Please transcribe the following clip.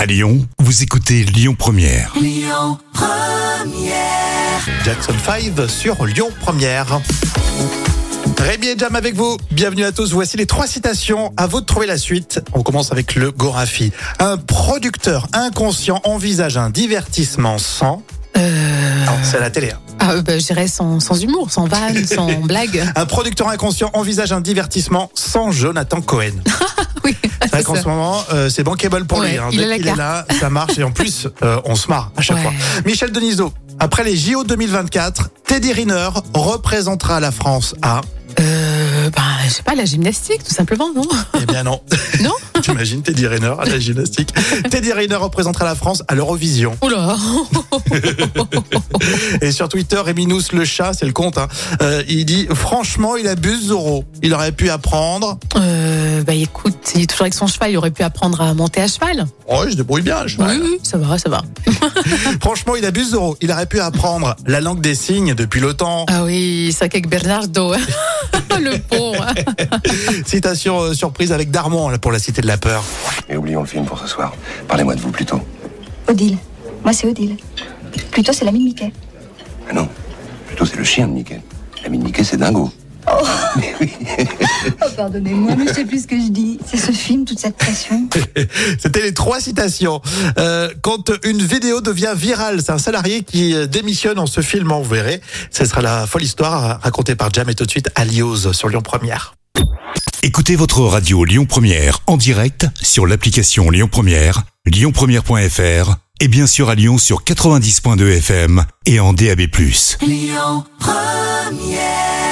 À Lyon, vous écoutez Lyon Première. Lyon Première. Jackson 5 sur Lyon Première. Rémi et Jam avec vous. Bienvenue à tous. Voici les 3 citations. À vous de trouver la suite. On commence avec le Gorafi. Un producteur inconscient envisage un divertissement sans... Alors, c'est à la télé. Je dirais sans humour, sans vanne, sans blague. Un producteur inconscient envisage un divertissement sans Jonathan Cohen. Oui, C'est vrai qu'en ce moment, c'est bankable pour lui. Ouais, il Dès a la qu'il carte. est là, ça marche. Et en plus, on se marre à chaque Ouais. fois. Michel Denisot. Après les JO 2024, Teddy Riner représentera la France à... Je sais pas, la gymnastique, tout simplement, non? Eh bien non. Non? T'imagines Teddy Riner à la gymnastique. Teddy Riner représentera la France à l'Eurovision. Oula. Et sur Twitter, Rémi Nous, le chat, c'est le compte, il dit « Franchement, il abuse Zorro. Il aurait pu apprendre... » Écoute, il est toujours avec son cheval, il aurait pu apprendre à monter à cheval. Oh, je débrouille bien, cheval. Oui, ça va. Franchement, il abuse Zorro. Il aurait pu apprendre la langue des signes depuis le temps. Ah oui, c'est qu'avec Bernardo. Le pauvre. Citation surprise avec Darmon là, pour la Cité de la Peur. Et oublions le film pour ce soir. Parlez-moi de vous plutôt. Odile. Moi, c'est Odile. Plutôt, c'est l'ami de Mickey. Ah non, plutôt c'est le chien de Mickey. L'ami de Mickey, c'est Dingo. Mais oui. Oh, pardonnez-moi, mais je sais plus ce que je dis. C'est ce film, toute cette pression. C'était les 3 citations. Quand une vidéo devient virale, c'est un salarié qui démissionne en se filmant, vous verrez. Ce sera la folle histoire racontée par Jam et tout de suite Aliose sur Lyon Première. Écoutez votre radio Lyon Première en direct sur l'application Lyon Première, lyonpremière.fr et bien sûr à Lyon sur 90.2 FM et en DAB+. Lyon Première.